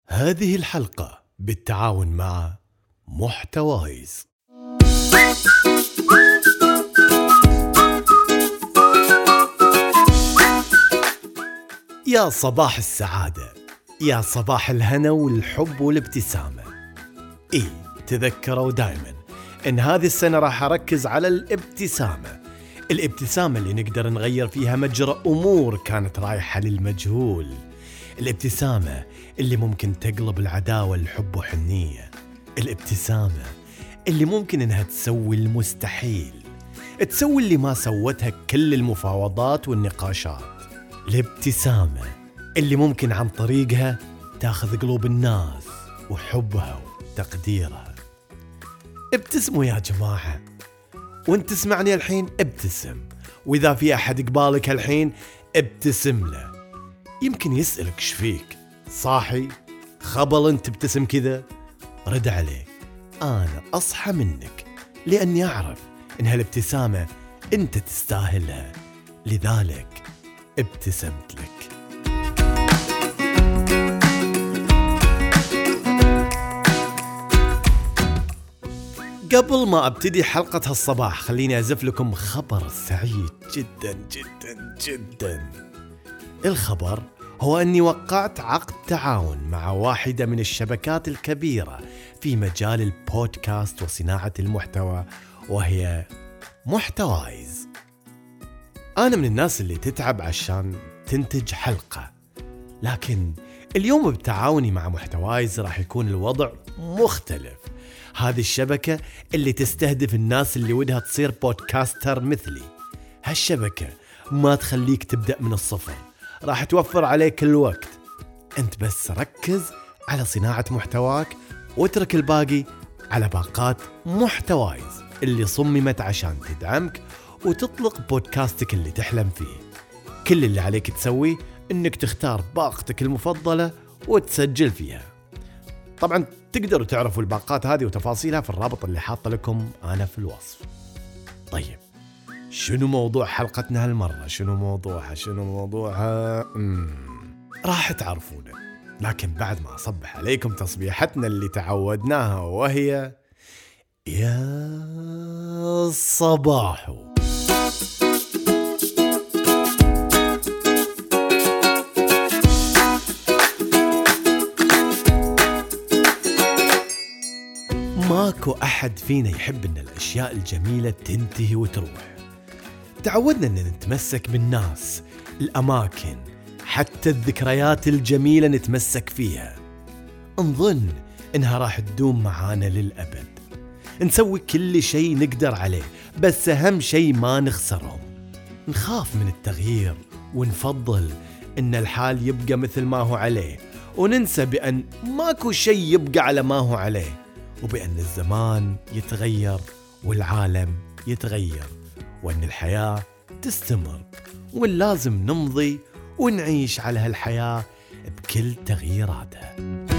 هذه الحلقة بالتعاون مع محتوايز. يا صباح السعادة، يا صباح الهنا والحب والابتسامة. تذكروا دائما إن هذه السنة راح أركز على الابتسامة اللي نقدر نغير فيها مجرى أمور كانت رايحة للمجهول. الابتسامة اللي ممكن تقلب العداوة لحب وحنية. الابتسامة اللي ممكن إنها تسوي المستحيل، تسوي اللي ما سوتها كل المفاوضات والنقاشات. الابتسامة اللي ممكن عن طريقها تاخذ قلوب الناس وحبها وتقديرها. ابتسموا يا جماعة، وانت تسمعني الحين ابتسم، وإذا في أحد قبالك الحين ابتسم له. يمكن يسألك شفيك، صاحي خبل انت تبتسم كذا؟ رد عليه، أنا أصحى منك، لأني أعرف إن هالابتسامة أنت تستاهلها، لذلك ابتسمت لك. قبل ما أبتدي حلقة هالصباح خليني أزف لكم خبر سعيد جدا جدا جدا. الخبر هو أني وقعت عقد تعاون مع واحدة من الشبكات الكبيرة في مجال البودكاست وصناعة المحتوى، وهي محتوايز. أنا من الناس اللي تتعب عشان تنتج حلقة، لكن اليوم بتعاوني مع محتوايز راح يكون الوضع مختلف. هذه الشبكة اللي تستهدف الناس اللي ودها تصير بودكاستر مثلي. هالشبكة ما تخليك تبدأ من الصفر، راح توفر عليك الوقت. أنت بس ركز على صناعة محتواك واترك الباقي على باقات محتوايز اللي صممت عشان تدعمك وتطلق بودكاستك اللي تحلم فيه. كل اللي عليك تسويه إنك تختار باقتك المفضلة وتسجل فيها. طبعا تقدروا تعرفوا الباقات هذه وتفاصيلها في الرابط اللي حاطه لكم أنا في الوصف. طيب، شنو موضوع حلقتنا هالمرة؟ شنو موضوعها؟ راح تعرفونه، لكن بعد ما أصبح عليكم تصبيحتنا اللي تعودناها، وهي يا صباحو. ماكو أحد فينا يحب إن الأشياء الجميلة تنتهي وتروح. تعودنا أن نتمسك بالناس، الأماكن، حتى الذكريات الجميلة نتمسك فيها، نظن إنها راح تدوم معانا للأبد. نسوي كل شيء نقدر عليه، بس أهم شيء ما نخسرهم. نخاف من التغيير ونفضل إن الحال يبقى مثل ما هو عليه، وننسى بأن ماكو شيء يبقى على ما هو عليه، وبأن الزمان يتغير والعالم يتغير، وأن الحياة تستمر، واللازم نمضي ونعيش على هالحياة بكل تغييراتها.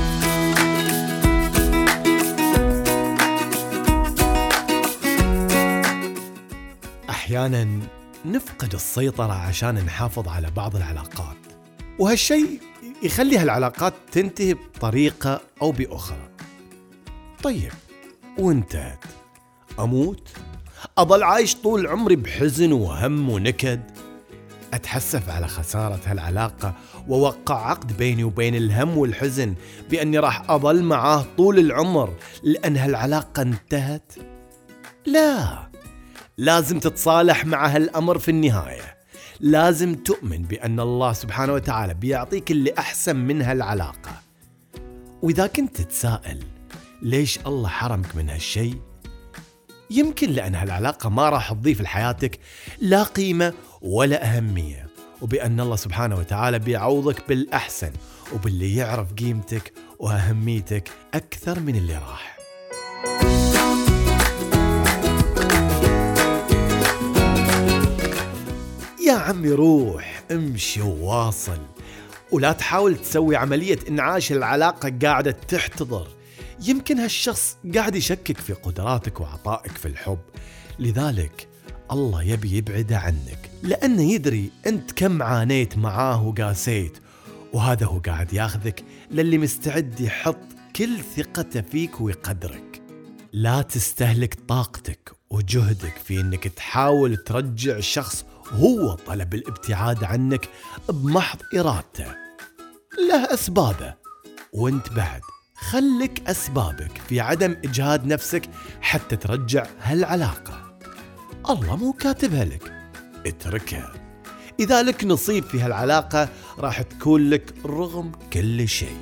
أحيانا نفقد السيطرة عشان نحافظ على بعض العلاقات، وهالشيء يخلي هالعلاقات تنتهي بطريقة أو بأخرى. طيب، وانتهت، أموت؟ أضل عايش طول عمري بحزن وهم ونكد؟ أتحسف على خسارة هالعلاقة ووقع عقد بيني وبين الهم والحزن بأني راح أضل معاه طول العمر لأن هالعلاقة انتهت؟ لا، لازم تتصالح مع هالأمر في النهاية. لازم تؤمن بأن الله سبحانه وتعالى بيعطيك اللي أحسن من هالعلاقة. وإذا كنت تتساءل ليش الله حرمك من هالشيء، يمكن لأن هالعلاقة ما راح تضيف لحياتك لا قيمة ولا أهمية، وبأن الله سبحانه وتعالى بيعوضك بالأحسن وباللي يعرف قيمتك وأهميتك أكثر من اللي راح. يا عمي روح امشي وواصل، ولا تحاول تسوي عملية إنعاش العلاقة قاعدة تحتضر. يمكن هالشخص قاعد يشكك في قدراتك وعطائك في الحب، لذلك الله يبي يبعد عنك، لأنه يدري أنت كم عانيت معاه وقاسيت، وهذا هو قاعد ياخذك للي مستعد يحط كل ثقته فيك ويقدرك. لا تستهلك طاقتك وجهدك في انك تحاول ترجع شخص هو طلب الابتعاد عنك بمحض إرادته. له أسبابه، وانت بعد خلك أسبابك في عدم إجهاد نفسك حتى ترجع هالعلاقة. الله مو كاتبها لك، اتركها. إذا لك نصيب في هالعلاقة راح تكون لك رغم كل شيء.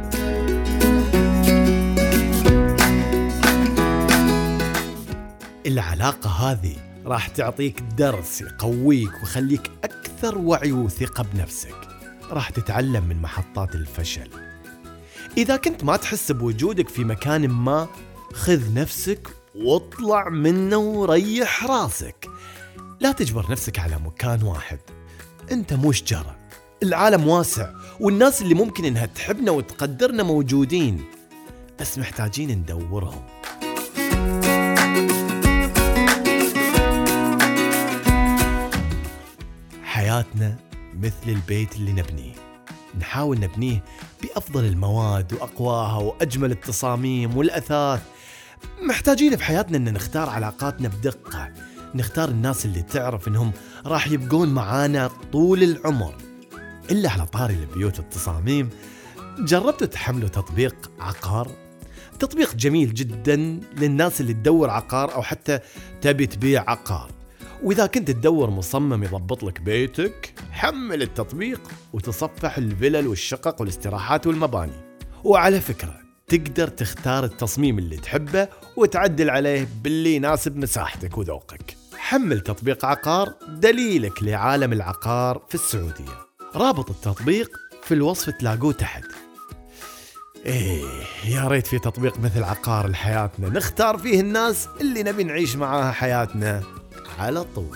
العلاقة هذه راح تعطيك درس يقويك ويخليك أكثر وعي وثقة بنفسك. راح تتعلم من محطات الفشل. إذا كنت ما تحس بوجودك في مكان ما، خذ نفسك واطلع منه وريح راسك. لا تجبر نفسك على مكان واحد. أنت مو شجرة، العالم واسع، والناس اللي ممكن إنها تحبنا وتقدرنا موجودين، بس محتاجين ندورهم. حياتنا مثل البيت اللي نبنيه، نحاول نبنيه بأفضل المواد وأقواها وأجمل التصاميم والأثاث. محتاجين في حياتنا أن نختار علاقاتنا بدقة، نختار الناس اللي تعرف أنهم راح يبقون معانا طول العمر. إلا على طاري البيوت والتصاميم، جربتوا تحملوا تطبيق عقار؟ تطبيق جميل جدا للناس اللي تدور عقار أو حتى تبي تبيع عقار. وإذا كنت تدور مصمم يضبط لك بيتك، حمل التطبيق وتصفح الفلل والشقق والاستراحات والمباني. وعلى فكرة تقدر تختار التصميم اللي تحبه وتعدل عليه باللي يناسب مساحتك وذوقك. حمل تطبيق عقار، دليلك لعالم العقار في السعودية. رابط التطبيق في الوصف تلاقوه تحت. يا ريت في تطبيق مثل عقار لحياتنا، نختار فيه الناس اللي نبي نعيش معاها حياتنا على طول.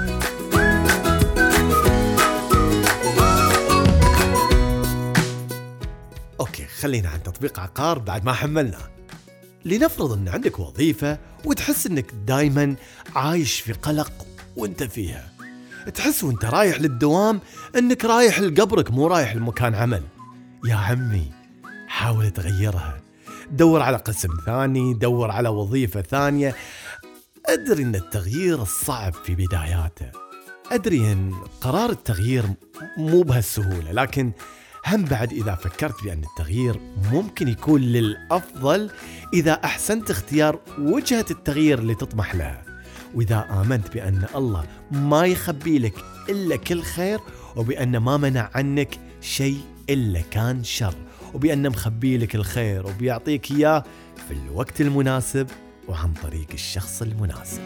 أوكي، خلينا عن تطبيق عقار بعد ما حملناه. لنفرض أن عندك وظيفة وتحس أنك دايما عايش في قلق وانت فيها. تحس وانت رايح للدوام أنك رايح لقبرك مو رايح لمكان عمل. يا عمي، حاول تغيرها. دور على قسم ثاني، دور على وظيفة ثانية. أدري أن التغيير صعب في بداياته، أدري أن قرار التغيير مو بهالسهولة، لكن هم بعد إذا فكرت بأن التغيير ممكن يكون للأفضل إذا أحسنت اختيار وجهة التغيير اللي تطمح لها، وإذا آمنت بأن الله ما يخبي لك إلا كل خير، وبأن ما منع عنك شيء إلا كان شر، وبأن مخبي لك الخير وبيعطيك إياه في الوقت المناسب وعن طريق الشخص المناسب.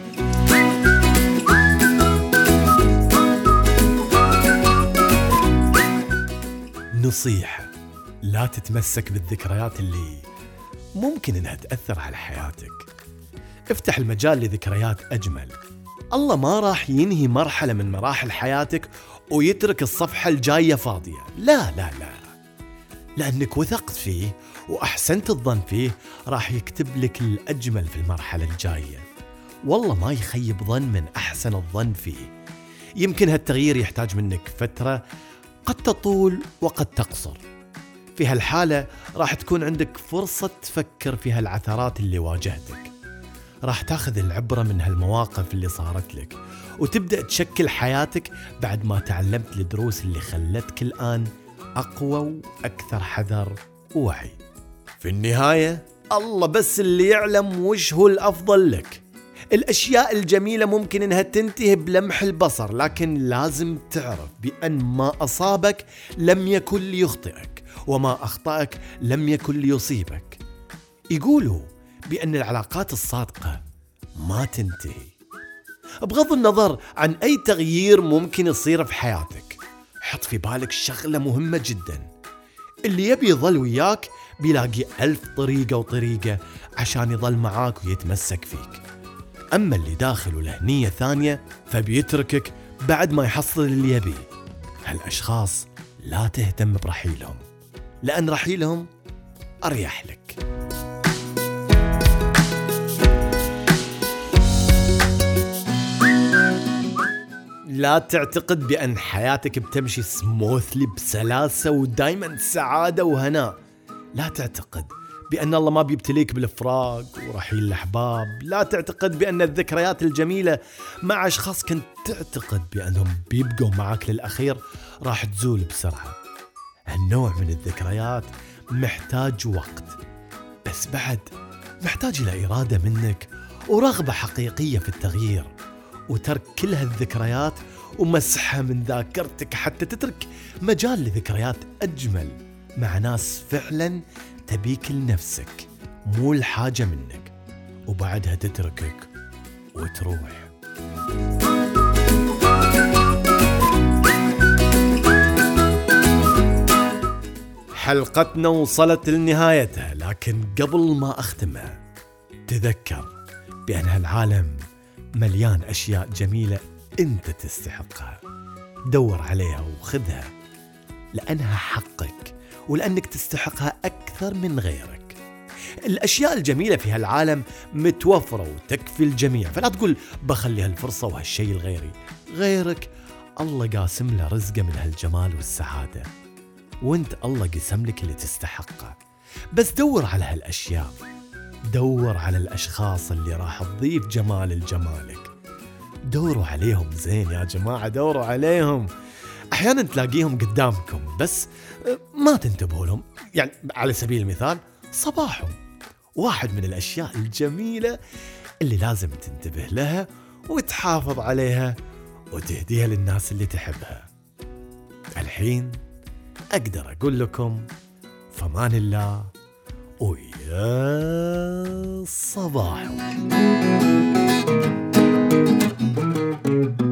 نصيحة: لا تتمسك بالذكريات اللي ممكن انها تأثر على حياتك. افتح المجال لذكريات أجمل. الله ما راح ينهي مرحلة من مراحل حياتك ويترك الصفحة الجاية فاضية. لا لا لا، لأنك وثقت فيه وأحسنت الظن فيه، راح يكتب لك الأجمل في المرحلة الجاية. والله ما يخيب ظن من أحسن الظن فيه. يمكن هالتغيير يحتاج منك فترة، قد تطول وقد تقصر. في هالحالة راح تكون عندك فرصة تفكر في هالعثرات اللي واجهتك. راح تاخذ العبرة من هالمواقف اللي صارت لك وتبدأ تشكل حياتك بعد ما تعلمت الدروس اللي خلتك الآن أقوى وأكثر حذر ووعي. في النهاية الله بس اللي يعلم وش هو الأفضل لك. الأشياء الجميلة ممكن إنها تنتهي بلمح البصر، لكن لازم تعرف بأن ما أصابك لم يكن ليخطئك، وما أخطأك لم يكن ليصيبك. يقولوا بأن العلاقات الصادقة ما تنتهي. بغض النظر عن أي تغيير ممكن يصير في حياتك، حط في بالك شغلة مهمة جدا: اللي يبي يظل وياك بيلاقي 1000 طريقة وطريقة عشان يظل معاك ويتمسك فيك. أما اللي داخل وله نية ثانية فبيتركك بعد ما يحصل اللي يبيه. هالأشخاص لا تهتم برحيلهم، لأن رحيلهم أريح لك. لا تعتقد بأن حياتك بتمشي سموثلي بسلاسة ودايما سعادة وهناء. لا تعتقد بأن الله ما بيبتليك بالفراق ورحيل الأحباب. لا تعتقد بأن الذكريات الجميلة مع أشخاص كنت تعتقد بأنهم بيبقوا معك للأخير راح تزول بسرعة. هالنوع من الذكريات محتاج وقت، بس بعد محتاج إلى إرادة منك ورغبة حقيقية في التغيير وترك كل هالذكريات ومسحها من ذاكرتك حتى تترك مجال لذكريات أجمل مع ناس فعلا تبيك لنفسك مو الحاجة منك، وبعدها تتركك وتروح. حلقتنا وصلت لنهايتها، لكن قبل ما أختمها تذكر بأن هالعالم مليان أشياء جميلة أنت تستحقها. دور عليها وخذها لأنها حقك ولأنك تستحقها أكثر من غيرك. الأشياء الجميلة في هالعالم متوفرة وتكفي الجميع، فلا تقول بخلي هالفرصة وهالشيء لغيري. غيرك الله قاسم له رزقه من هالجمال والسعادة، وانت الله قسم لك اللي تستحقه. بس دور على هالأشياء، دور على الأشخاص اللي راح تضيف جمال لجمالك. دوروا عليهم زين يا جماعة، دوروا عليهم. أحيانا تلاقيهم قدامكم بس ما تنتبهوا لهم. يعني على سبيل المثال صباحهم واحد من الأشياء الجميلة اللي لازم تنتبه لها وتحافظ عليها وتهديها للناس اللي تحبها. الحين أقدر أقول لكم فمان الله ويا صباح.